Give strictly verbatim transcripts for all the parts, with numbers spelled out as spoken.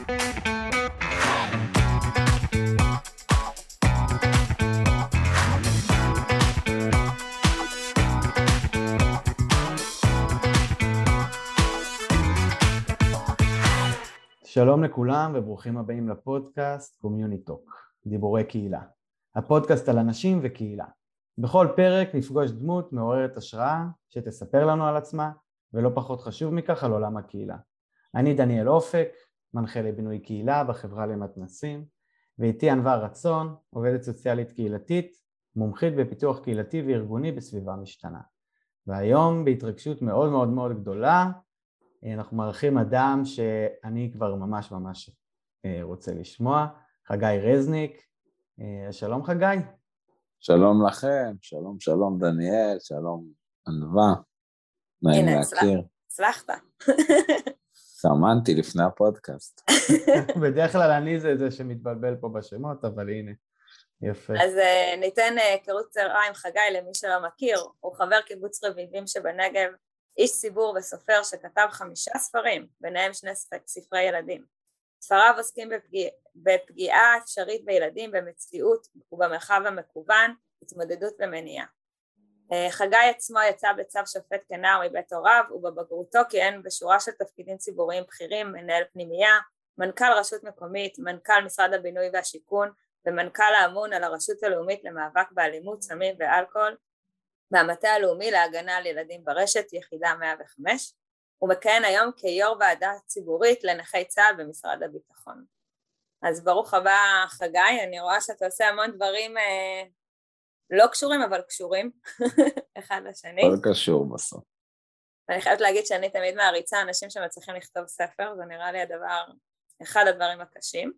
שלום לכולם וברוכים הבאים לפודקאסט Community Talk, דיבורי קהילה. הפודקאסט על אנשים וקהילה. בכל פרק נפגוש דמות מעוררת השראה שתספר לנו על עצמה, ולא פחות חשוב מכך על עולם הקהילה. אני דניאל אופק, מנחה לבינוי קהילה בחברה למתנ"סים, ואיתי ענווה רצון, עובדת סוציאלית קהילתית, מומחית בפיתוח קהילתי וארגוני בסביבה משתנה. והיום בהתרגשות מאוד מאוד מאוד גדולה, אנחנו מארחים אדם שאני כבר ממש ממש רוצה לשמוע, חגי רזניק. שלום חגי. שלום לכם, שלום שלום דניאל, שלום ענווה, נעים להכיר. הצלחת. סמנתי לפני הפודקאסט. בדרך כלל אני זה זה שמתבלבל פה בשמות, אבל הנה, יפה. אז ניתן היכרות קצרה עם חגי למי שלא מכיר, הוא חבר קיבוץ רביבים שבנגב, איש ציבור וסופר שכתב חמישה ספרים, ביניהם שני ספרי ילדים. ספריו עוסקים בפגיע, בפגיעה אפשרית בילדים, במציאות ובמרחב המקוון, התמודדות ומניעה. חגי עצמו יצא בצו שופט כנער מבית הוריו, ובבגרותו כיהן בשורה של תפקידים ציבוריים בכירים, מנהל פנימייה, מנכ"ל רשות מקומית, מנכ"ל משרד הבינוי והשיכון, ומנכ"ל האמון על הרשות הלאומית למאבק באלימות, סמים ואלכוהול, מהמטה הלאומי להגנה על ילדים ברשת, יחידה מאה וחמש, הוא מכהן היום כיו"ר ועדה ציבורית לנכי צה"ל במשרד הביטחון. אז ברוך הבא חגי, אני רואה שאתה עושה המון דברים אה, לא קשורים אבל קשורים, אחד לשני. כל קשור בסוף. ואני חייבת להגיד שאני תמיד מעריצה אנשים שמצליחים לכתוב ספר, זה נראה לי הדבר, אחד הדברים הקשים.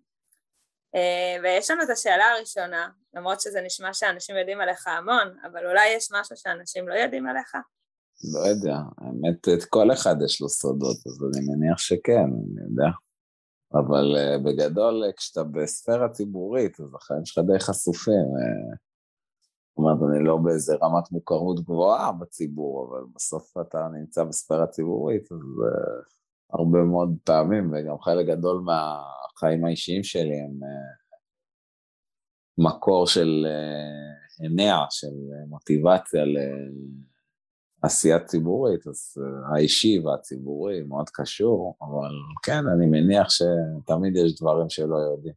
ויש לנו את השאלה הראשונה, למרות שזה נשמע שאנשים יודעים עליך המון, אבל אולי יש משהו שאנשים לא יודעים עליך? לא יודע, האמת את כל אחד יש לו סודות, אז אני מניח שכן, אני יודע. אבל uh, בגדול, כשאתה בספירה ציבורית, אז החיים שלך די חשופים. Uh, זאת אומרת, אני לא באיזה רמת מוכרות גבוהה בציבור, אבל בסוף אתה נמצא בספירה ציבורית, אז uh, הרבה מאוד פעמים, וגם חלק גדול מהחיים האישיים שלי הם uh, מקור של uh, עניה, של מוטיבציה לעשייה ציבורית, אז uh, האישי והציבורי מאוד קשור, אבל כן, אני מניח שתמיד יש דברים שלא יודעים.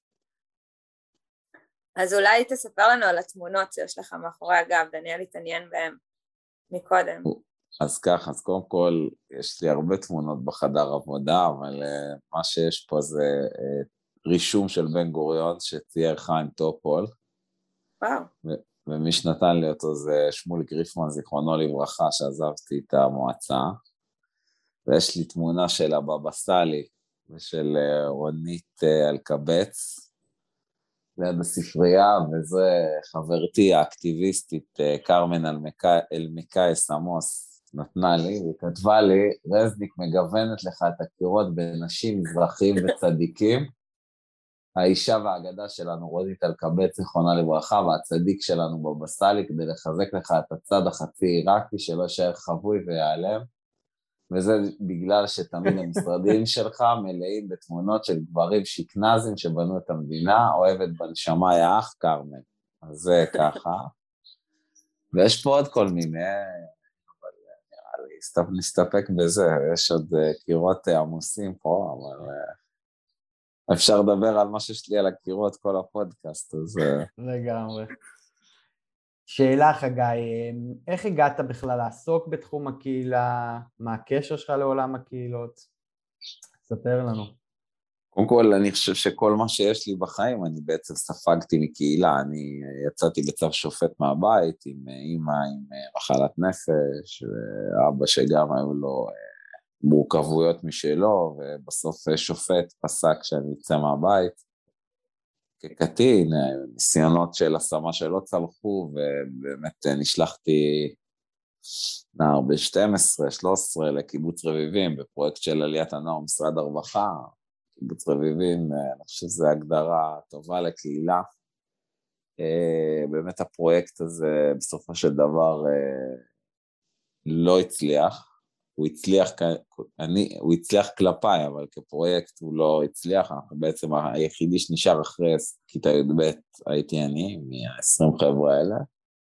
אז אולי תספר לנו על התמונות שיש לך מאחורי הגב, דניאל התעניין בהם מקודם. אז ככה, אז קודם כל, יש לי הרבה תמונות בחדר עבודה, אבל uh, מה שיש פה זה uh, רישום של בן גוריון שצייר חיים טופול. וואו. ו- ומי שנתן לי אותו זה שמואל גריפמן, זיכרונו לברכה, שעזבתי את המועצה. ויש לי תמונה של הבבא סאלי ושל uh, רונית uh, אלקבץ, ליד הספרייה, וזה חברתי האקטיביסטית uh, קרמן אלמקייס עמוס, נתנה לי, וכתבה לי, רזניק מגוונת לך את הקירות בנשים, מזרחים וצדיקים, האישה והאגדה שלנו, רונית אלקבץ, זיכרונה לברכה, והצדיק שלנו בבא סאלי, כדי לחזק לך את הצד החצי עיראקי, שלא יישאר חבוי ויעלם, וזה בגלל שתמיד המשרדים שלך מלאים בתמונות של גברים שיקנזים שבנו את המדינה, אוהבת בנשמה יא אח קרמן, אז זה ככה, ויש פה עוד כל מיני, נסתפק בזה, יש עוד קירות עמוסים פה, אבל אפשר לדבר על מה שיש לי על הקירות כל הפודקאסט, אז... לגמרי. שאלה חגי, איך הגעת בכלל לעסוק בתחום הקהילה? מה הקשר שלך לעולם הקהילות? ספר לנו. קודם כל, אני חושב שכל מה שיש לי בחיים, אני בעצם ספגתי מקהילה, אני יצאתי בצו שופט מהבית, עם אמא, עם מחלת נפש, ואבא שגם היו לו מורכבויות משלו, ובסוף שופט פסק שאני יצא מהבית, כקטין, ניסיונות של השמה שלא צלחו, ובאמת נשלחתי נער ב-שתים עשרה שלוש עשרה לקיבוץ רביבים, בפרויקט של עליית הנוער משרד הרווחה, קיבוץ רביבים, אני חושב שזו הגדרה טובה לקהילה. באמת הפרויקט הזה בסופו של דבר לא הצליח, הוא הצליח, אני, הוא הצליח כלפיי, אבל כפרויקט הוא לא הצליח, אנחנו בעצם היחידי שנשאר אחרי כיתה י' ב' הייתי אני, מה-עשרים חבר'ה האלה,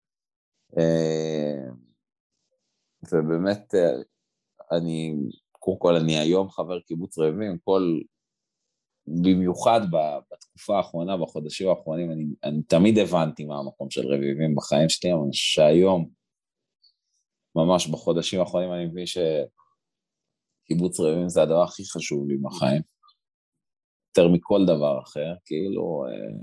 ובאמת, אני, קודם כל אני היום חבר קיבוץ רביבים, כל, במיוחד בתקופה האחרונה, בחודשים האחרונים, אני, אני תמיד הבנתי מה המקום של רביבים בחיים שלי, אבל שהיום, ממש בחודשים האחרונים אני מבין שקיבוץ רביבים זה הדבר הכי חשוב לי בחיים, יותר מכל דבר אחר, כאילו,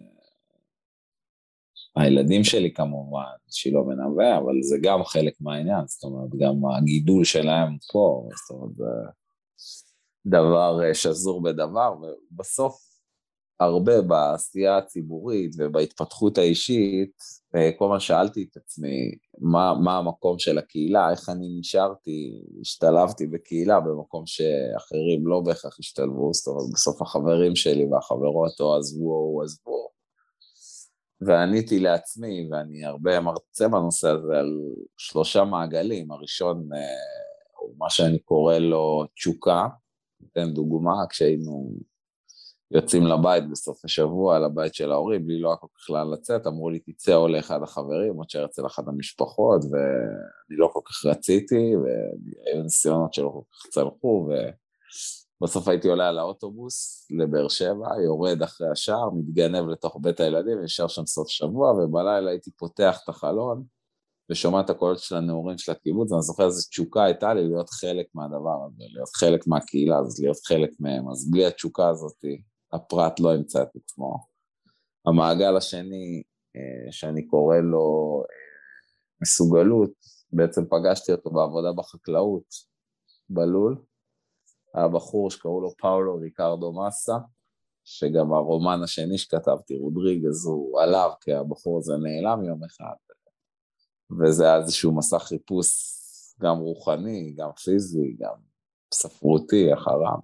הילדים שלי כמובן, שילה ונווה, אבל זה גם חלק מהעניין, זאת אומרת, גם הגידול שלהם פה, זאת אומרת, זה דבר שזור בדבר, ובסוף הרבה בעשייה הציבורית ובהתפתחות האישית, כל מה שאלתי את עצמי, מה, מה המקום של הקהילה, איך אני נשארתי, השתלבתי בקהילה במקום שאחרים לא בהכרח השתלבו, זאת אומרת, בסוף החברים שלי והחברות או עזבו או עזבו, ועניתי לעצמי, ואני הרבה מרצה בנושא הזה על שלושה מעגלים, הראשון הוא מה שאני קורא לו תשוקה, ניתן דוגמה, כשהיינו יוצאים לבית בסוף השבוע, לבית של ההורים, בלי לא כל כך לאן לצאת, אמרו לי תצא או לאחד החברים, עוד שירצה לאחד המשפחות, ואני לא כל כך רציתי, והיו ניסיונות שלא כל כך צלחו, ובסוף הייתי עולה על האוטובוס לבאר שבע, יורד אחרי השער, מתגנב לתוך בית הילדים, וישר שם סוף שבוע, ובלילה הייתי פותח את החלון, ושומע את הקולות של הנעורים של הקיבוץ, ואני זוכר איזו תשוקה הייתה לי להיות חלק מהדבר הזה, להיות חלק מהקהילה, אז להיות חלק מהם, אז בלי התשוקה הזאת, הפרט לא ימצא את עצמו. המעגל השני, שאני קורא לו מסוגלות, בעצם פגשתי אותו בעבודה בחקלאות, בלול, היה בחור שקראו לו פאולו ריקרדו מסה, שגם הרומן השני שכתבתי, רודריגז, הוא עליו, כי הבחור הזה נעלם יום אחד, וזה היה איזשהו מסע חיפוש גם רוחני, גם פיזי, גם ספרותי אחריו.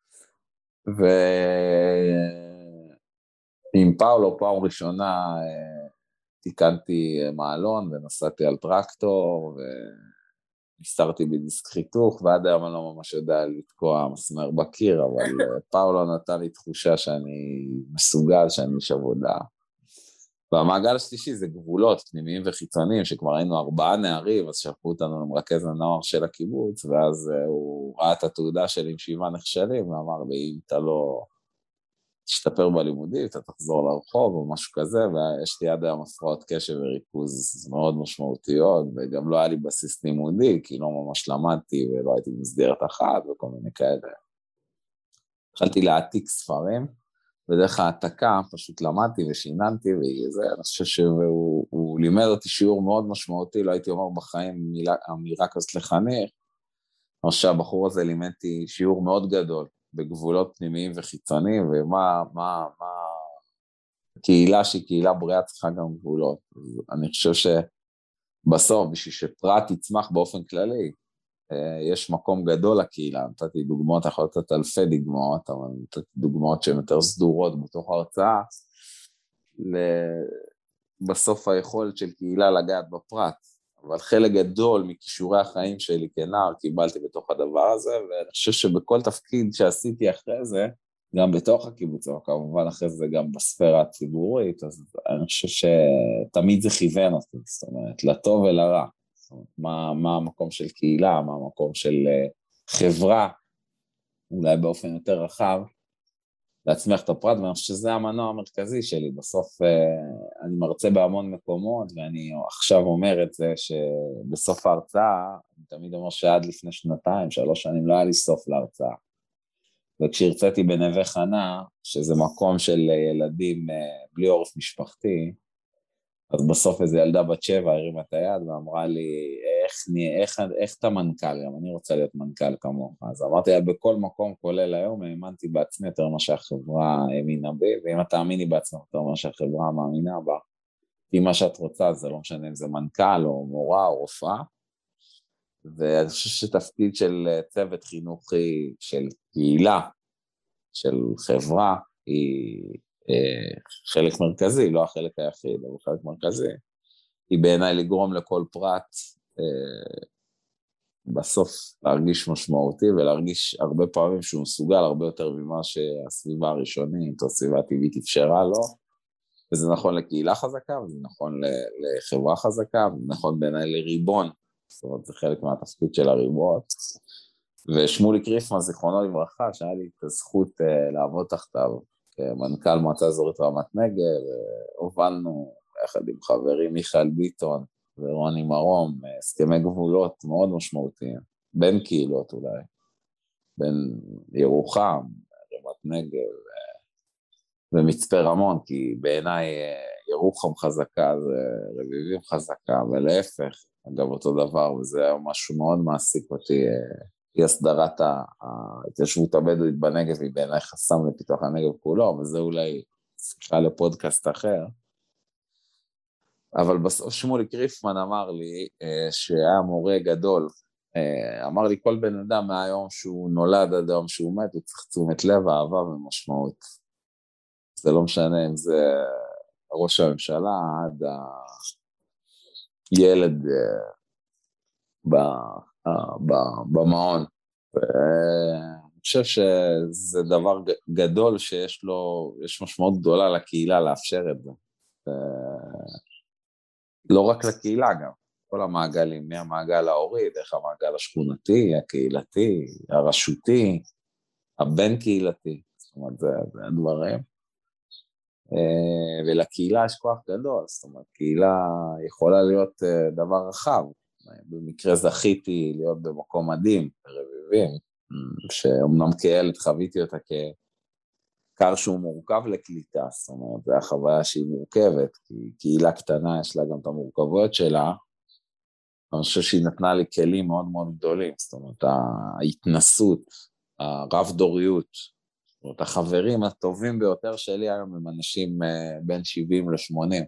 ועם פאולו פעם ראשונה תיקנתי מעלון ונסעתי על טרקטור ונסתרתי בדיסק חיתוך, ועד היום אני לא ממש יודע לתקוע מסמר בקיר, אבל פאולו נתן לי תחושה שאני מסוגל, שאני איש עבודה. והמעגל השלישי זה גבולות פנימיים וחיצוניים, שכבר היינו ארבעה נערים, אז שלחו אותנו למרכז הנוער של הקיבוץ, ואז הוא ראה את התעודה שלי עם שבעה נכשלים, ואמר לי, אם אתה לא תשתפר בלימודים, אתה תחזור לרחוב או משהו כזה, ויש לי עד היום הפרעות קשב וריכוז מאוד משמעותיות, וגם לא היה לי בסיס לימודי, כי לא ממש למדתי, ולא הייתי במסגרת אחת, וכל מיני כאלה. התחלתי להעתיק ספרים, בדרך העתקה פשוט למדתי ושיננתי, וזה, אני חושב שהוא לימד אותי שיעור מאוד משמעותי, לא הייתי אומר בחיים מילה, אמירה כזאת לחנך, אבל שהבחור הזה לימדתי שיעור מאוד גדול, בגבולות פנימיים וחיצוניים, ומה, מה, מה, קהילה שהיא קהילה בריאה צריכה גם גבולות, אני חושב שבסוף, בשביל שפרט יצמח באופן כללי, יש מקום גדול לקהילה, נתתי דוגמאות, יכול לתת אלפי דוגמאות, אבל נתתי דוגמאות שהן יותר סדורות בתוך ההרצאה, בסוף היכולת של קהילה לגעת בפרט, אבל חלק גדול מכישורי החיים שלי כנער קיבלתי בתוך הדבר הזה, ואני חושב שבכל תפקיד שעשיתי אחרי זה, גם בתוך הקיבוץ, אבל כמובן אחרי זה גם בספירה הציבורית, אז אני חושב שתמיד זה כיוון אותי, זאת אומרת, לטוב ולרע. מה, מה המקום של קהילה, מה המקום של חברה, אולי באופן יותר רחב, להצמיח את הפרט, ואני חושב שזה המנוע המרכזי שלי, בסוף אני מרצה בהמון מקומות, ואני עכשיו אומר את זה שבסוף ההרצאה, אני תמיד אומר שעד לפני שנתיים, שלוש שנים לא היה לי סוף להרצאה, וכשהרציתי בנווה חנה, שזה מקום של ילדים בלי עורף משפחתי, אז בסוף איזו ילדה בת שבע הרימה את היד ואמרה לי, איך, איך, איך אתה מנכ"ל? גם אני רוצה להיות מנכ"ל כמוך. אז אמרתי, בכל מקום, כולל היום, האמנתי בעצמי יותר מה שהחברה האמינה בי, ואם אתה האמיני בעצמך יותר מה שהחברה מאמינה בה, כי מה שאת רוצה, זה לא משנה אם זה מנכ"ל או מורה או רופאה, ואני חושב שתפקיד של צוות חינוכי, של קהילה, של חברה, היא חלק מרכזי, לא החלק היחיד, אבל חלק מרכזי, היא בעיניי לגרום לכל פרט בסוף להרגיש משמעותי, ולהרגיש הרבה פעמים שהוא מסוגל הרבה יותר ממה שהסביבה הראשונית, או הסביבה הטבעית אפשרה לו, וזה נכון לקהילה חזקה, וזה נכון לחברה חזקה, וזה נכון בעיניי לריבון, זאת אומרת, זה חלק מהתפקיד של הריבון, ושמולי קריפמן, זיכרונו לברכה, שהיה לי את הזכות uh, לעבוד תחתיו, כמנכ"ל מועצה אזורית רמת נגב, הובלנו יחד עם חברי מיכאל ביטון ורוני מרום, הסכמי גבולות מאוד משמעותיים, בין קהילות אולי, בין ירוחם, רמת נגב ומצפה רמון, כי בעיניי ירוחם חזקה זה רביבים חזקה, ולהפך, אגב אותו דבר, וזה היה משהו מאוד מעסיק אותי, היא הסדרת ההתיישבות הבדואית בנגב, היא בעיניי חסם לפיתוח הנגב כולו, וזה אולי שיחה לפודקאסט אחר. אבל בסוף שמולי קריפמן אמר לי שהיה מורה גדול, אמר לי כל בן אדם מהיום שהוא נולד עד היום שהוא מת, הוא צריך תשומת לב, אהבה ומשמעות. זה לא משנה אם זה ראש הממשלה עד הילד במעון. אני חושב שזה דבר גדול שיש לו, יש משמעות גדולה לקהילה לאפשר את זה. לא רק לקהילה גם, כל המעגלים, מהמעגל ההורי, דרך המעגל השכונתי, הקהילתי, הרשותי, הבין קהילתי, זאת אומרת, זה, זה הדברים. ולקהילה יש כוח גדול, זאת אומרת, קהילה יכולה להיות דבר רחב. במקרה זכיתי להיות במקום מדהים, ברביבים, שאומנם כילד חוויתי אותה כקר שהוא מורכב לקליטה, זאת אומרת, זו החוויה שהיא מורכבת, כי קהילה קטנה יש לה גם את המורכבויות שלה, אני חושב שהיא נתנה לי כלים מאוד מאוד גדולים, זאת אומרת, ההתנסות, הרב דוריות, זאת אומרת, החברים הטובים ביותר שלי היום הם אנשים בין שבעים לשמונים,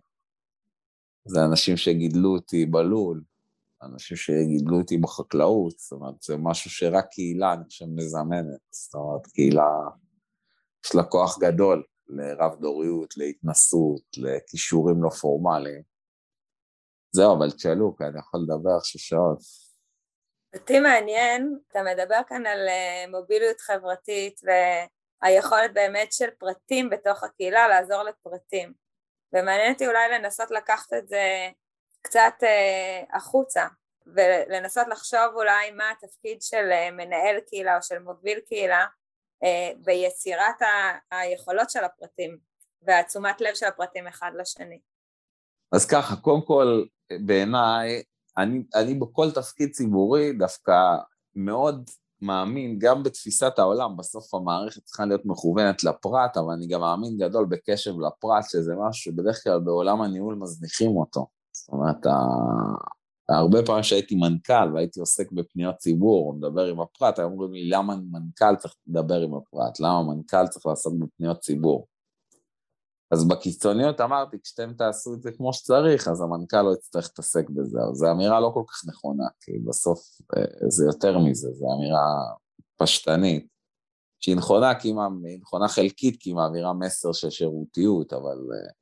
זה אנשים שגידלו אותי בלול, אנשים שגידלו אותי בחקלאות, זאת אומרת, זה משהו שרק קהילה, אני חושב, מזמנת, זאת אומרת, קהילה, יש לה כוח גדול לרב דוריות, להתנסות, לכישורים לא פורמליים. זהו, אבל תשאלו, כי אני יכול לדבר ששעות. אותי מעניין, אתה מדבר כאן על מוביליות חברתית, והיכולת באמת של פרטים בתוך הקהילה לעזור לפרטים. ומעניין אותי אולי לנסות לקחת את זה קצת אה, החוצה, ולנסות לחשוב אולי מה התפקיד של אה, מנהל קהילה או של מוביל קהילה, אה, ביצירת ה- היכולות של הפרטים, והתשומת לב של הפרטים אחד לשני. אז ככה, קודם כל, בעיניי, אני, אני בכל תפקיד ציבורי דווקא מאוד מאמין, גם בתפיסת העולם, בסוף המערכת צריכה להיות מכוונת לפרט, אבל אני גם מאמין גדול בקשב לפרט, שזה משהו שבדרך כלל בעולם הניהול מזניחים אותו. זאת אומרת, הרבה פעמים שהייתי מנכ"ל והייתי עוסק בפניות ציבור, או מדבר עם הפרט, היו אומרים לי, למה מנכ"ל צריך לדבר עם הפרט? למה מנכ"ל צריך לעשות בפניות ציבור? אז בקיצוניות אמרתי, כשאתם תעשו את זה כמו שצריך, אז המנכ"ל לא יצטרך להתעסק בזה. זו אמירה לא כל כך נכונה, כי בסוף זה יותר מזה, זו אמירה פשטנית, שהיא נכונה, כי היא נכונה חלקית, כי היא מעבירה מסר של שירותיות, אבל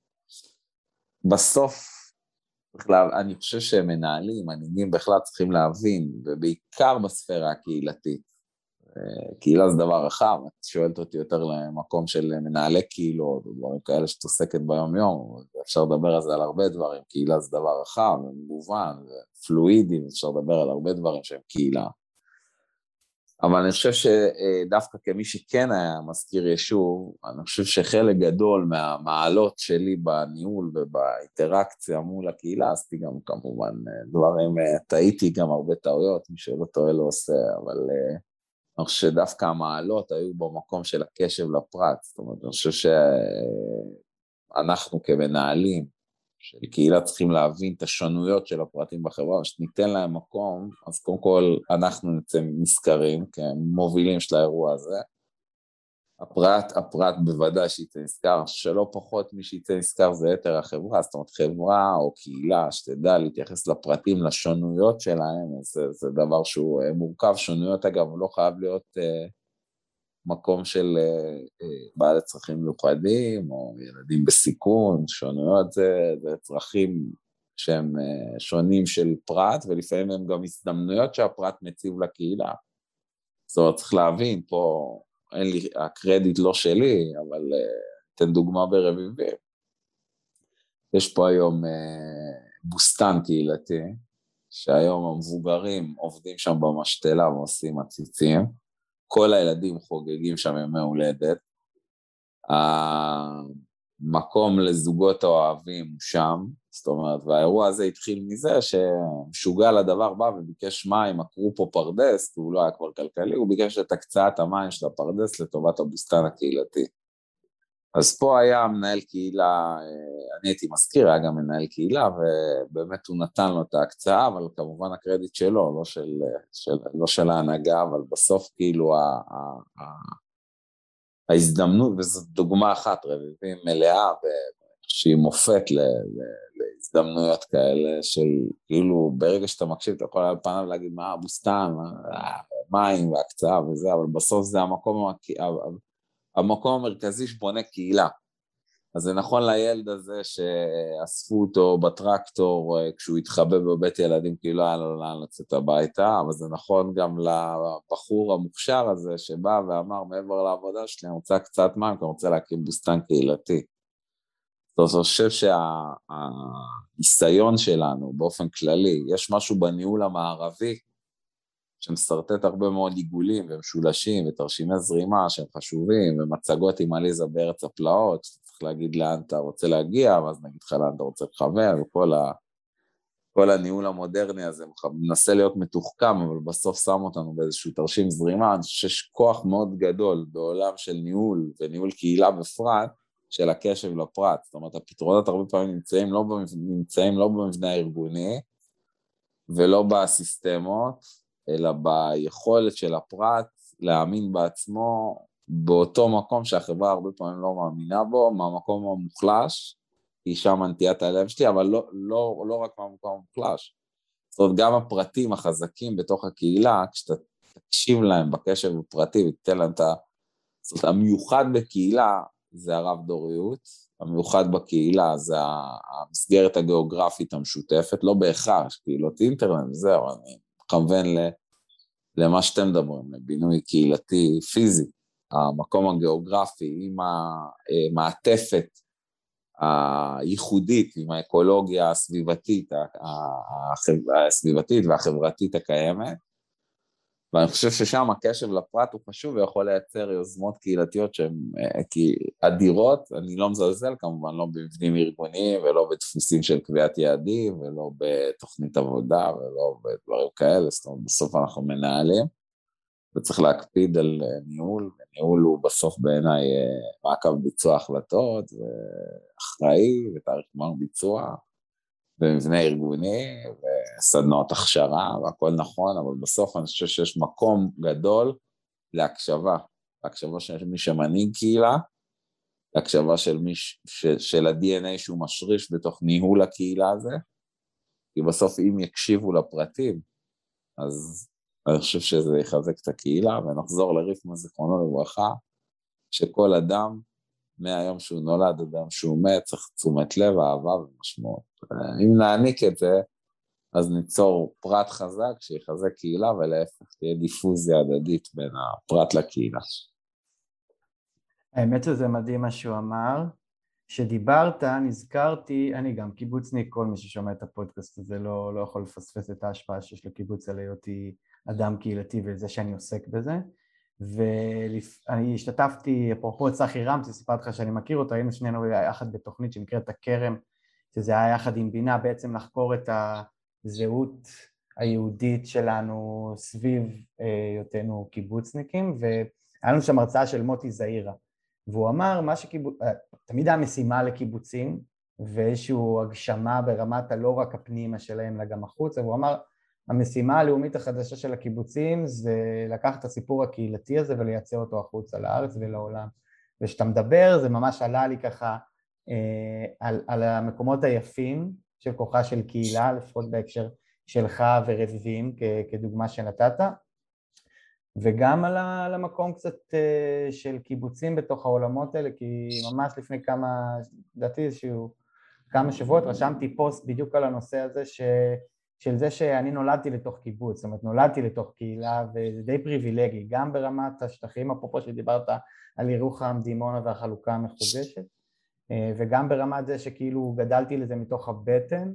בסוף, בכלל, אני חושב שמנהלים, מנהיגים בכלל צריכים להבין, ובעיקר בספירה הקהילתית. קהילה זה דבר רחב, את שואלת אותי יותר למקום של מנהלי קהילות, או דברים כאלה שאת עוסקת ביום יום, אפשר לדבר על זה על הרבה דברים, קהילה זה דבר רחב, מובן, פלואידי, אפשר לדבר על הרבה דברים שהם קהילה. אבל אני חושב שדווקא כמי שכן היה מזכיר יישוב, אני חושב שחלק גדול מהמעלות שלי בניהול ובאינטראקציה מול הקהילה, עשיתי גם כמובן דברים, טעיתי גם הרבה טעויות, מי שלא טועה לא עושה, אבל אני חושב שדווקא המעלות היו במקום של הקשב לפרט, זאת אומרת, אני חושב שאנחנו כמנהלים, של קהילה צריכים להבין את השונויות של הפרטים בחברה, ושניתן להם מקום, אז קודם כל אנחנו נצא נזכרים, כמובילים של האירוע הזה, הפרט, הפרט בוודאי שיצא נזכר, שלא פחות מי שיצא נזכר זה יתר החברה, זאת אומרת חברה או קהילה שתדע להתייחס לפרטים, לשונויות שלהם, זה, זה דבר שהוא מורכב, שונויות אגב לא חייב להיות אה, מקום של אה, אה, בעלי צרכים מיוחדים, או ילדים בסיכון, שונויות זה, זה צרכים שהם שונים של פרט, ולפעמים הם גם הזדמנויות שהפרט מציב לקהילה. זאת אומרת, צריך להבין, פה אין לי, הקרדיט לא שלי, אבל תן דוגמה ברביבים. יש פה היום בוסטן קהילתי, שהיום המבוגרים עובדים שם במשתלה ועושים עציצים, כל הילדים חוגגים שם ימי הולדת, המקום לזוגות האוהבים שם, זאת אומרת, והאירוע הזה התחיל מזה שמשוגע לדבר בא וביקש מים, עקרו פה פרדס, כי הוא לא היה כבר כלכלי, הוא ביקש את הקצאת המים של הפרדס לטובת הבוסטן הקהילתי. אז פה היה מנהל קהילה, אני הייתי מזכיר, היה גם מנהל קהילה, ובאמת הוא נתן לו את ההקצאה, אבל כמובן הקרדיט שלו, לא של, של, לא של ההנהגה, אבל בסוף כאילו ה, ה, ה, ההזדמנות, וזו דוגמה אחת, רביבים מלאה, שהיא מופת ל, ל, להזדמנויות כאלה, של כאילו ברגע שאתה מקשיב, אתה יכול על פניו להגיד מה, בוסטן, מים והקצאה וזה, אבל בסוף זה המקום, המקום המרכזי שבונה קהילה. אז זה נכון לילד הזה שאספו אותו בטרקטור כשהוא התחבא בבית ילדים, כי לא היה לו לאן לצאת הביתה, אבל זה נכון גם לבחור המוכשר הזה שבא ואמר מעבר לעבודה שלי, אני רוצה קצת מים, כי אני רוצה להקים בוסטן קהילתי. זאת אומרת, אני חושב שהניסיון שלנו באופן כללי, יש משהו בניהול המערבי, שמסרטט הרבה מאוד עיגולים ומשולשים ותרשימי זרימה שהם חשובים, ומצגות עם עליזה בארץ הפלאות, צריך להגיד לאן אתה רוצה להגיע, ואז נגיד לך לאן אתה רוצה לחבר, וכל ה... כל הניהול המודרני הזה מנסה להיות מתוחכם, אבל בסוף שם אותנו באיזשהו תרשים זרימה, אני חושב שיש כוח מאוד גדול בעולם של ניהול, וניהול קהילה בפרט, של הקשב לפרט. זאת אומרת, הפתרונות הרבה פעמים נמצאים לא במבנה, נמצאים לא במבנה הארגוני, ולא בסיסטמות, אלא ביכולת של הפרט להאמין בעצמו, באותו מקום שהחברה הרבה פעמים לא מאמינה בו, מהמקום המוחלש, היא שם הנטיית הלב שלי, אבל לא, לא, לא רק מהמקום המוחלש. זאת אומרת, גם הפרטים החזקים בתוך הקהילה, כשאתה תקשיב להם בקשב הפרטי, ותתן להם את ה... זאת אומרת, המיוחד בקהילה זה הרב דוריות, המיוחד בקהילה זה המסגרת הגיאוגרפית המשותפת, לא בהכרח, קהילות אינטרנט, זהו, אני מכוון למה שאתם מדברים, לבינוי קהילתי פיזי, המקום הגיאוגרפי עם המעטפת הייחודית, עם האקולוגיה הסביבתית, הסביבתית והחברתית הקיימת, ואני חושב ששם הקשב לפרט הוא חשוב, ויכול לייצר יוזמות קהילתיות שהן אדירות, אני לא מזלזל כמובן, לא במבנים ארגוניים, ולא בדפוסים של קביעת יעדים, ולא בתוכנית עבודה, ולא בדברים כאלה, זאת אומרת, בסוף אנחנו מנהלים, וצריך להקפיד על ניהול, וניהול הוא בסוף בעיניי מעקב ביצוע החלטות, ואחראי, ותאריך גמר ביצוע, במבנה ארגוני, וסדנות הכשרה, והכל נכון, אבל בסוף אני חושב שיש מקום גדול להקשבה, להקשבה של מי שמנהיג קהילה, להקשבה של, מי, ש, של ה-די אן איי שהוא משריש בתוך ניהול הקהילה הזה, כי בסוף אם יקשיבו לפרטים, אז אני חושב שזה יחזק את הקהילה, ונחזור לריפמן זיכרונו לברכה, שכל אדם, מהיום שהוא נולד, אדם שהוא מת, צריך תשומת לב, אהבה ומשמעות. אם נעניק את זה, אז ניצור פרט חזק שיחזק קהילה, ולהפך תהיה דיפוזיה הדדית בין הפרט לקהילה. האמת שזה מדהים מה שהוא אמר, שדיברת, נזכרתי, אני גם קיבוצניק, כל מי ששומע את הפודקאסט הזה לא, לא יכול לפספס את ההשפעה שיש לקיבוץ על היותי אדם קהילתי ולזה שאני עוסק בזה, ואני השתתפתי, אפרופו צחי רמסי, סיפרתי לך שאני מכיר אותו, היינו שנינו יחד בתוכנית שנקראת הכרם, שזה היה יחד עם בינה בעצם לחקור את הזהות היהודית שלנו סביב היותנו קיבוצניקים, והיה לנו שם הרצאה של מוטי זעירה, והוא אמר, מה שקיבוצ... תמיד היה משימה לקיבוצים, ואיזושהי הגשמה ברמת הלא רק הפנימה שלהם, אלא גם החוצה, והוא אמר, המשימה הלאומית החדשה של הקיבוצים זה לקחת את הסיפור הקהילתי הזה ולייצר אותו החוצה לארץ ולעולם. ושאתה מדבר, זה ממש עלה לי ככה אה, על, על המקומות היפים של כוחה של קהילה, לפחות בהקשר שלך ורביבים כ, כדוגמה שנתת, וגם על המקום קצת של קיבוצים בתוך העולמות האלה, כי ממש לפני כמה, דעתי איזשהו כמה שבועות רשמתי פוסט בדיוק על הנושא הזה ש... של זה שאני נולדתי לתוך קיבוץ, זאת אומרת נולדתי לתוך קהילה וזה די פריבילגי, גם ברמת השטחים, אפרופו שדיברת על ירוחם, דימונה והחלוקה המחודשת, וגם ברמת זה שכאילו גדלתי לזה מתוך הבטן,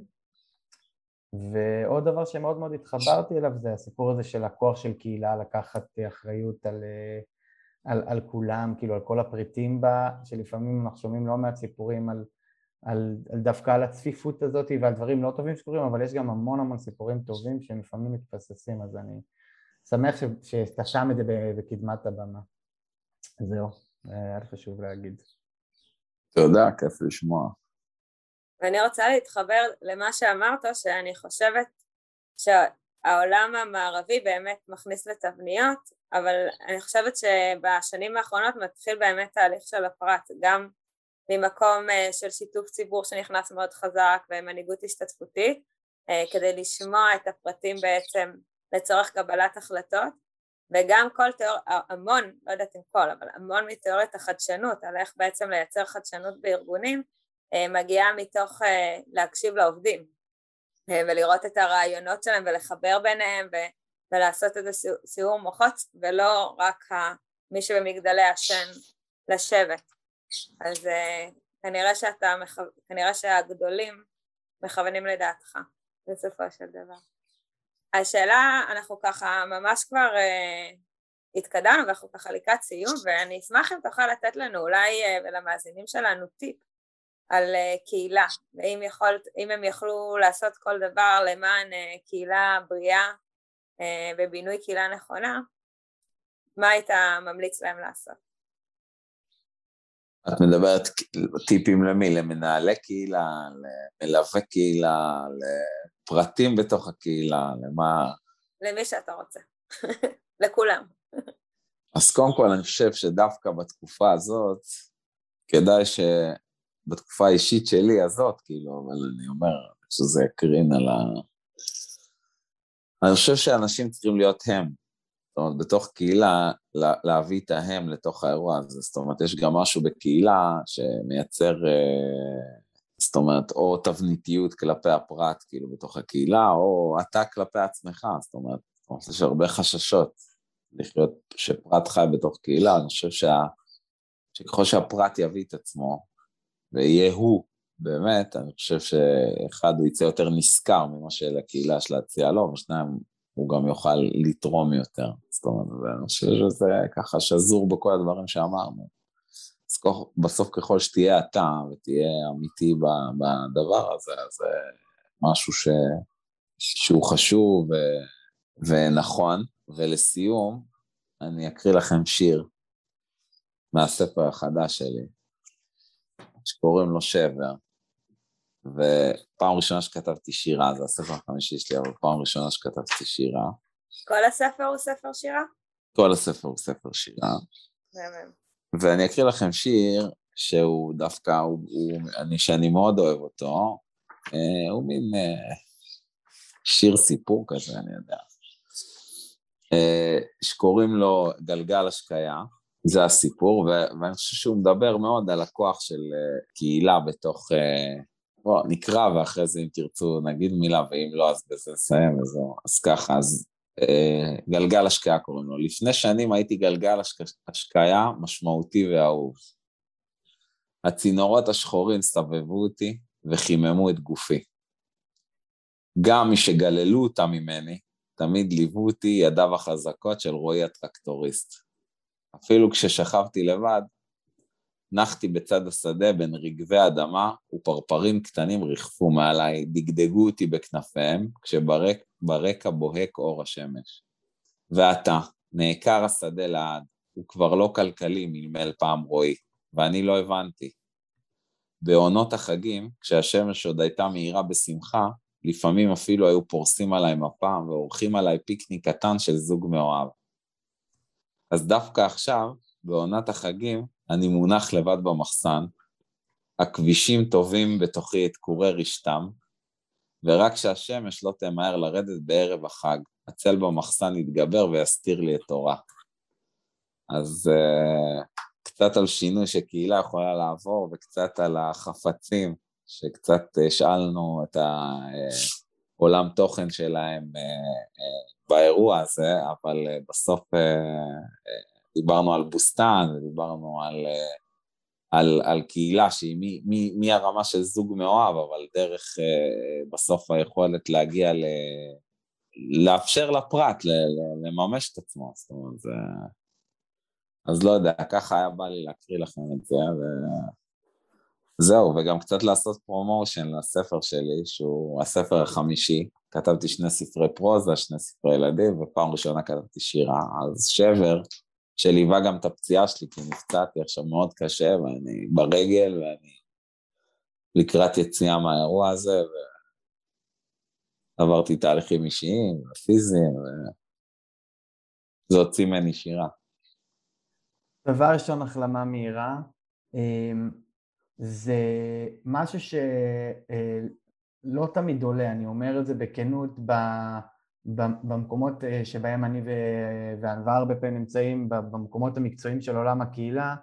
ועוד דבר שמאוד מאוד התחברתי אליו זה הסיפור הזה של הכוח של קהילה, לקחת אחריות על, על, על כולם, כאילו על כל הפריטים בה, שלפעמים אנחנו שומעים לא מעט סיפורים על, על, על דווקא על הצפיפות הזאת ועל דברים לא טובים שקורים, אבל יש גם המון המון סיפורים טובים שהם לפעמים מתפססים, אז אני שמח שאתה שם את זה בקדמת הבמה. זהו, היה לי חשוב להגיד. תודה, כיף לשמוע. ואני רוצה להתחבר למה שאמרת, שאני חושבת שהעולם המערבי באמת מכניס לתבניות, אבל אני חושבת שבשנים האחרונות מתחיל באמת תהליך של הפרט, גם ממקום של שיתוף ציבור שנכנס מאוד חזק ומנהיגות השתתפותית, כדי לשמוע את הפרטים בעצם לצורך קבלת החלטות, וגם כל תיאור, המון, לא יודעת אם כל, אבל המון מתיאוריית החדשנות, על איך בעצם לייצר חדשנות בארגונים, מגיעה מתוך להקשיב לעובדים, ולראות את הרעיונות שלהם ולחבר ביניהם, ולעשות איזה סיור מוחות, ולא רק מי שבמגדלי השן לשבת. אז כנראה שאתה, כנראה שהגדולים מכוונים לדעתך, בסופו של דבר. השאלה, אנחנו ככה ממש כבר uh, התקדמנו, ואנחנו ככה לקראת סיום, ואני אשמח אם תוכל לתת לנו אולי uh, ולמאזינים שלנו טיפ על uh, קהילה, ואם יכול, אם הם יכלו לעשות כל דבר למען uh, קהילה בריאה uh, ובינוי קהילה נכונה, מה היית ממליץ להם לעשות? את מדברת טיפים למי? למנהלי קהילה, למלווה קהילה, לפרטים בתוך הקהילה, למה? למי שאתה רוצה, לכולם. אז קודם כל אני חושב שדווקא בתקופה הזאת, כדאי שבתקופה האישית שלי הזאת, כאילו, אבל אני אומר שזה יקרין על ה... אני חושב שאנשים צריכים להיות הם, זאת אומרת, בתוך קהילה, להביא את ההם לתוך האירוע הזה, זאת אומרת, יש גם משהו בקהילה שמייצר, זאת אומרת, או תבניתיות כלפי הפרט, כאילו, בתוך הקהילה, או אתה כלפי עצמך, זאת אומרת, יש הרבה חששות לחיות שפרט חי בתוך קהילה, אני חושב שה, שככל שהפרט יביא את עצמו, ויהיה הוא, באמת, אני חושב שאחד הוא יצא יותר נשכר ממה שלקהילה של להציע לו, ושניים, הוא גם יוכל לתרום יותר, זאת אומרת, ואני חושב שזה ככה שזור בכל הדברים שאמרנו. אז בסוף ככל שתהיה אתה ותהיה אמיתי בדבר הזה, אז זה משהו ש... שהוא חשוב ו... ונכון, ולסיום אני אקריא לכם שיר מהספר החדש שלי, שקוראים לו שבר, ופעם ראשונה שכתבתי שירה, זה הספר החמישי שלי, אבל פעם ראשונה שכתבתי שירה. כל הספר הוא ספר שירה? כל הספר הוא ספר שירה. באמת. ואני אקריא לכם שיר שהוא דווקא, הוא, הוא, אני, שאני מאוד אוהב אותו, אה, הוא מין אה, שיר סיפור כזה, אני יודע, אה, שקוראים לו גלגל השקיה, זה הסיפור, ו- ואני חושב שהוא מדבר מאוד על הכוח של אה, קהילה בתוך... אה, בוא, נקרא ואחרי זה אם תרצו נגיד מילה, ואם לא אז בזה נסיים, וזהו. אז ככה, אז אה, גלגל השקיה קוראים לו. לפני שנים הייתי גלגל השק... השקיה משמעותי ואהוב. הצינורות השחורים סבבו אותי וחיממו את גופי. גם מי שגללו אותה ממני, תמיד ליוו אותי ידיו החזקות של רועי הטרקטוריסט. אפילו כששכבתי לבד, נחתי בצד השדה בין רגבי אדמה, ופרפרים קטנים ריחפו מעליי, דגדגו אותי בכנפיהם, כשברקע בוהק אור השמש. ואתה, נעקר השדה לעד, הוא כבר לא כלכלי מלמל פעם רועי, ואני לא הבנתי. בעונות החגים, כשהשמש עוד הייתה מהירה בשמחה, לפעמים אפילו היו פורסים עליי מפה, ועורכים עליי פיקניק קטן של זוג מאוהב. אז דווקא עכשיו, בעונת החגים, אני מונח לבד במחסן, הכבישים טובים בתוכי את קורי רשתם, ורק שהשמש לא תמהר לרדת בערב החג, הצל במחסן יתגבר ויסתיר לי את תורה. אז uh, קצת על שינוי שקהילה יכולה לעבור, וקצת על החפצים שקצת השאלנו את העולם תוכן שלהם באירוע הזה, אבל בסוף דיברנו על בוסטן, דיברנו על, על, על קהילה שהיא מי, מי, מי הרמה של זוג מאוהב, אבל דרך בסוף היכולת להגיע ל... לאפשר לפרט, לממש את עצמו, זאת אומרת, זה... אז לא יודע, ככה היה בא לי להקריא לכם את זה, וזהו, וגם קצת לעשות פרומושן לספר שלי, שהוא הספר החמישי, כתבתי שני ספרי פרוזה, שני ספרי ילדים, ופעם ראשונה כתבתי שירה, אז שבר, שליווה גם את הפציעה שלי, כי נפצעתי עכשיו מאוד קשה, ואני ברגל, ואני לקראת יציאה מהאירוע הזה, ועברתי תהליכים אישיים, פיזיים, וזה הוציא ממני שירה. דבר ראשון, החלמה מהירה, זה משהו שלא תמיד עולה, אני אומר את זה בכנות, במקומות שבהם אני וענבר הרבה פעמים נמצאים, במקומות המקצועיים של עולם הקהילה,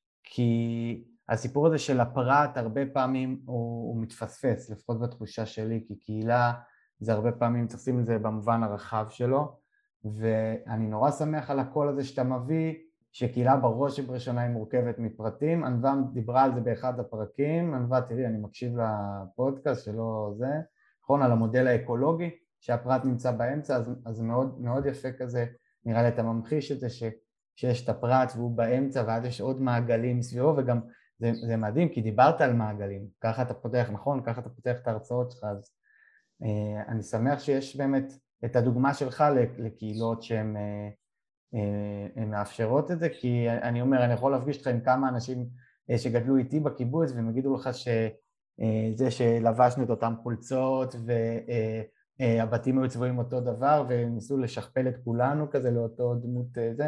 כי הסיפור הזה של הפרט הרבה פעמים הוא, הוא מתפספס, לפחות בתחושה שלי, כי קהילה זה הרבה פעמים תשים את זה במובן הרחב שלו, ואני נורא שמח על הקול הזה שאתה מביא, שקהילה בראש ובראשונה היא מורכבת מפרטים. ענווה דיברה על זה באחד הפרקים, ענווה תראי אני מקשיב לפודקאסט שלא זה, נכון, על המודל האקולוגי, שהפרט נמצא באמצע, אז, אז מאוד, מאוד יפה כזה, נראה לי אתה ממחיש את זה ש, שיש את הפרט והוא באמצע, ואז יש עוד מעגלים מסביבו, וגם זה, זה מדהים, כי דיברת על מעגלים, ככה אתה פותח, נכון, ככה אתה פותח את ההרצאות שלך, אז אה, אני שמח שיש באמת את הדוגמה שלך לקהילות שהן אה, הן מאפשרות את זה, כי אני אומר, אני יכול להפגיש אותך עם כמה אנשים שגדלו איתי בקיבוץ, והם יגידו לך שזה שלבשנו את אותם חולצות, והבתים היו צבועים אותו דבר, וניסו לשכפל את כולנו כזה לאותו דמות זה,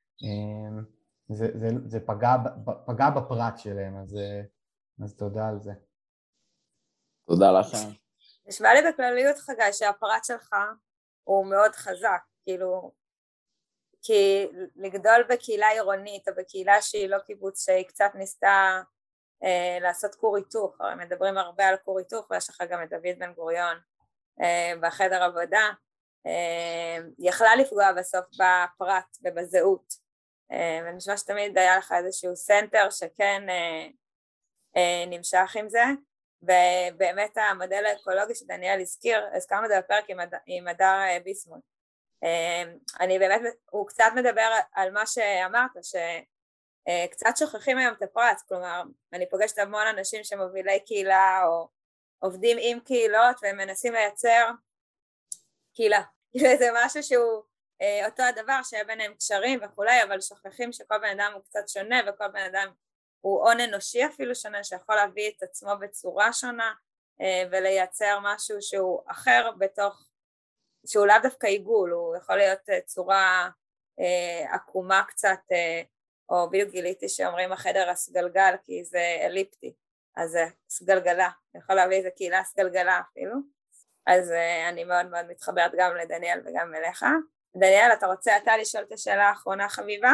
זה, זה, זה פגע, פגע בפרט שלהם, אז, אז תודה על זה. תודה לכם. נשמע לי בכלליות חגי, שהפרט שלך הוא מאוד חזק, כאילו, כי לגדול בקהילה עירונית או בקהילה שהיא לא קיבוץ, שהיא קצת ניסתה אה, לעשות כור היתוך, הרי מדברים הרבה על כור היתוך, ויש לך גם את דוד בן גוריון אה, בחדר עבודה, אה, יכלה לפגוע בסוף בפרט ובזהות, אה, ואני חושבת שתמיד היה לך איזשהו סנטר שכן אה, אה, נמשך עם זה, ובאמת המודל האקולוגי שדניאל הזכיר, הזכרנו את זה בפרק עם, עם הדר ביסמוט, אני באמת, הוא קצת מדבר על מה שאמרת, שקצת שוכחים היום את הפרט, כלומר, אני פוגשת המון אנשים שמובילי קהילה, או עובדים עם קהילות, והם מנסים לייצר קהילה. זה משהו שהוא אותו הדבר, שהיה ביניהם קשרים וכולי, אבל שוכחים שכל בן אדם הוא קצת שונה, וכל בן אדם הוא הון אנושי אפילו שונה, שיכול להביא את עצמו בצורה שונה, ולייצר משהו שהוא אחר בתוך, שהוא לאו דווקא עיגול, הוא יכול להיות צורה אה, עקומה קצת, אה, או בדיוק גיליתי שאומרים החדר הסגלגל, כי זה אליפטי, אז זה סגלגלה, יכול להביא איזה קהילה סגלגלה אפילו, אז אה, אני מאוד מאוד מתחברת גם לדניאל וגם אליך. דניאל, אתה רוצה אתה לשאול את השאלה האחרונה חביבה?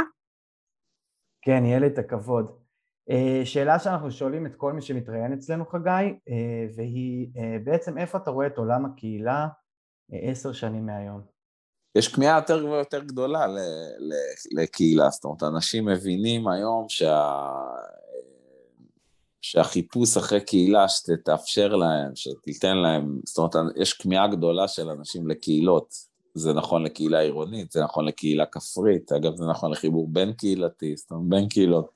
כן, יהיה לי את הכבוד. אה, שאלה שאנחנו שואלים את כל מי שמתראיין אצלנו חגי, אה, והיא אה, בעצם איפה אתה רואה את עולם הקהילה, עשר שנים מהיום. יש כמיהה יותר ויותר גדולה לקהילה, זאת אומרת, אנשים מבינים היום שה... שהחיפוש אחרי קהילה שתאפשר להם, שתיתן להם, זאת אומרת, יש כמיהה גדולה של אנשים לקהילות, זה נכון לקהילה עירונית, זה נכון לקהילה כפרית, אגב זה נכון לחיבור בין קהילתי, זאת אומרת, בין קהילות,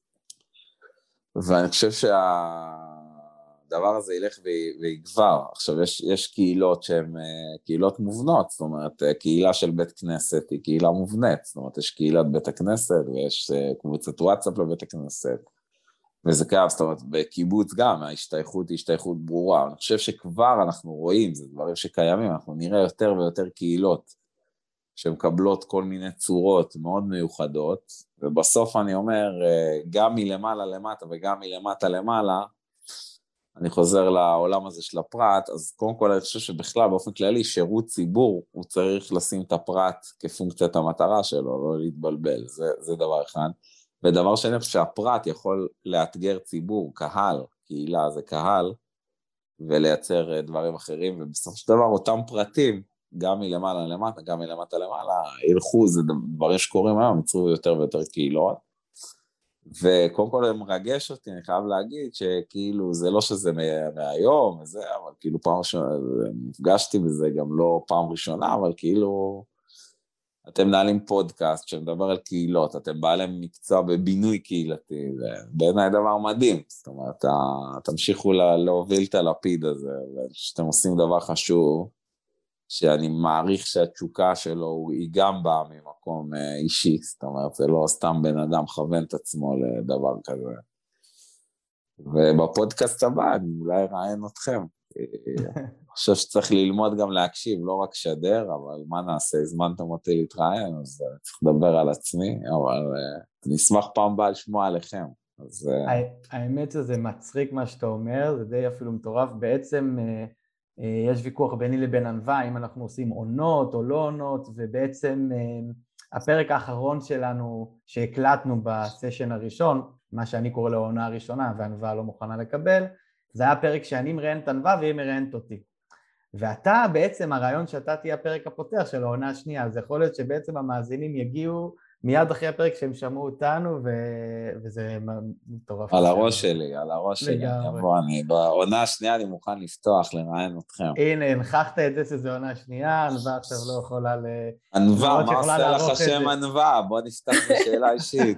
ואני חושב שה... הדבר הזה ילך ויגבר. עכשיו, יש, יש קהילות שהן קהילות מובנות, זאת אומרת, קהילה של בית כנסת היא קהילה מובנית, זאת אומרת, יש קהילת בית הכנסת, ויש קבוצת וואטסאפ לבית הכנסת, וזה קיים, זאת אומרת, בקיבוץ גם, ההשתייכות היא השתייכות ברורה, אני חושב שכבר אנחנו רואים, זה דברים שקיימים, אנחנו נראה יותר ויותר קהילות, שמקבלות כל מיני צורות מאוד מיוחדות, ובסוף אני אומר, גם מלמעלה למטה וגם מלמטה למעלה, אני חוזר לעולם הזה של הפרט, אז קודם כל אני חושב שבכלל באופן כללי שירות ציבור, הוא צריך לשים את הפרט כפונקציית המטרה שלו, לא להתבלבל, זה, זה דבר אחד. ודבר שני, שהפרט יכול לאתגר ציבור, קהל, קהילה זה קהל, ולייצר דברים אחרים, ובסופו של דבר אותם פרטים, גם מלמעלה למטה, גם מלמטה למעלה, ילכו, זה דברים שקורים היום, יצרו יותר ויותר קהילות, וקודם כל הם מרגש אותי, אני חייב להגיד שכאילו זה לא שזה מהיום, וזה, אבל כאילו פעם ראשונה, נפגשתי בזה גם לא פעם ראשונה, אבל כאילו, אתם מנהלים פודקאסט שמדבר על קהילות, אתם בעלי מקצוע בבינוי קהילתי, זה בעיניי דבר מדהים, זאת אומרת, תמשיכו להוביל את הלפיד הזה, ושאתם עושים דבר חשוב, שאני מעריך שהתשוקה שלו היא גם באה ממקום אישי, זאת אומרת, זה לא סתם בן אדם כוון את עצמו לדבר כזה. ובפודקאסט הבא אני אולי אראיין אתכם. אני חושב שצריך ללמוד גם להקשיב, לא רק שדר, אבל מה נעשה, הזמנתם אותי להתראיין, אז צריך לדבר על עצמי, אבל אני אשמח פעם באה לשמוע עליכם. אז... האמת שזה מצחיק מה שאתה אומר, זה די אפילו מטורף, בעצם... יש ויכוח ביני לבין ענווה, אם אנחנו עושים עונות או לא עונות, ובעצם הפרק האחרון שלנו שהקלטנו בסשן הראשון, מה שאני קורא לו העונה הראשונה, וענווה לא מוכנה לקבל, זה היה פרק שאני מראיינת את ענווה והיא מראיינת אותי. ואתה בעצם, הרעיון שאתה תהיה הפרק הפותח של העונה השנייה, אז יכול להיות שבעצם המאזינים יגיעו מיד אחרי הפרק שהם שמעו אותנו, ו... וזה מטורף. על הראש שלי, על הראש שלי, יבוא, אני, בעונה השנייה אני מוכן לפתוח, לראיין אתכם. הנה, הנחכת את זה שזו עונה שנייה, ענווה עכשיו לא יכולה ל... ענווה, מה עושה לך השם ענווה? בוא נפתח בשאלה אישית.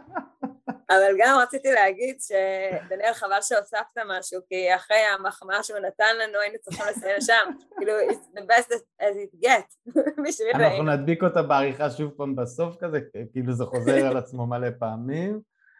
אבל גם רציתי להגיד שדניאל חבל שהוספת משהו, כי אחרי המחמאה שהוא נתן לנו היינו צריכים לסיים שם, כאילו, it's the best as it gets. אנחנו נדביק אותה בעריכה שוב פעם בסוף כזה, כאילו זה חוזר על עצמו מלא פעמים.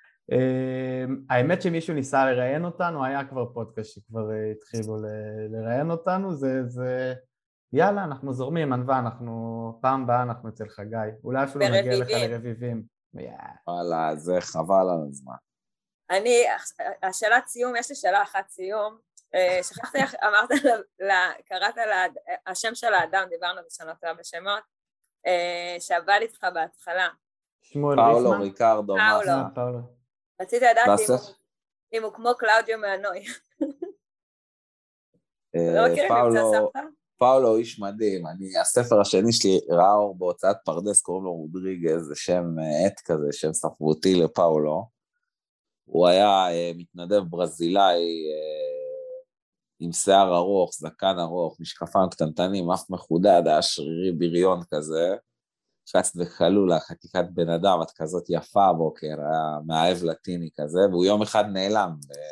האמת שמישהו ניסה לראיין אותנו, היה כבר פודקאסט שכבר התחילו לראיין אותנו, זה... יאללה, אנחנו זורמים, ענווה, אנחנו... פעם באה אנחנו אצל חגי, אולי אפילו נגיע לך לרביבים. וואלה, זה חבל על הזמן. אני, השאלת סיום, יש לי שאלה אחת סיום, שכחתי איך אמרת, קראת השם של האדם, דיברנו בשנות לה בשמות, שעבד איתך בהתחלה. שמואל פאולו, ריסמן? ריקרדו, פאולו. רציתי לדעת אם הוא כמו קלאודיו מהנוי. לא מכירים נמצא סבתא? פאולו איש מדהים, אני, הספר השני שלי ראה אור בהוצאת פרדס, קוראים לו רודריגז, זה שם עט כזה, שם ספרותי לפאולו, הוא היה uh, מתנדב ברזילאי uh, עם שיער ארוך, זקן ארוך, משקפיים קטנטנים, אף מחודד, היה שרירי בריון כזה, חץ וחלולה, חקיקת בן אדם, את כזאת יפה בוקר, היה מאהב לטיני כזה, והוא יום אחד נעלם,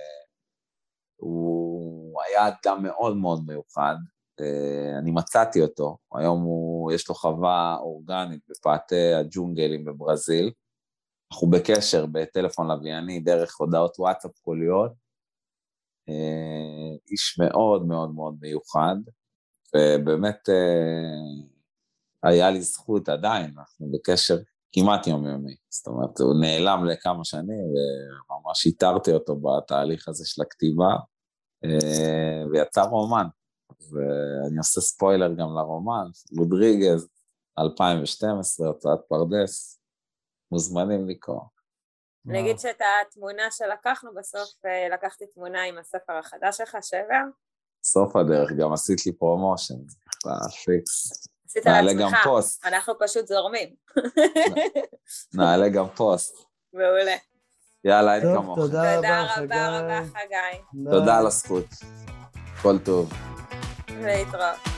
הוא היה אדם מאוד מאוד מיוחד, אני מצאתי אותו, היום הוא, יש לו חווה אורגנית בפאתי הג'ונגלים בברזיל, אנחנו בקשר בטלפון לווייני דרך הודעות וואטסאפ קוליות, איש מאוד מאוד מאוד מיוחד, ובאמת היה לי זכות עדיין, אנחנו בקשר כמעט יומיומי, זאת אומרת הוא נעלם לכמה שנים, וממש איתרתי אותו בתהליך הזה של הכתיבה, ויצא רומן, ואני עושה ספוילר גם לרומן, רודריגז, אלפיים ושתים עשרה, הוצאת פרדס, מוזמנים לקרוא. אני אגיד שאת התמונה שלקחנו בסוף, לקחתי תמונה עם הספר החדש שלך, שבר. סוף הדרך, גם עשית לי פרומושן, פיקס. עשית לעצמך, אנחנו פשוט זורמים. נעלה גם פוסט. מעולה. יאללה, אין כמוך. תודה רבה רבה חגי. תודה על הזכות. כל טוב. להתראות.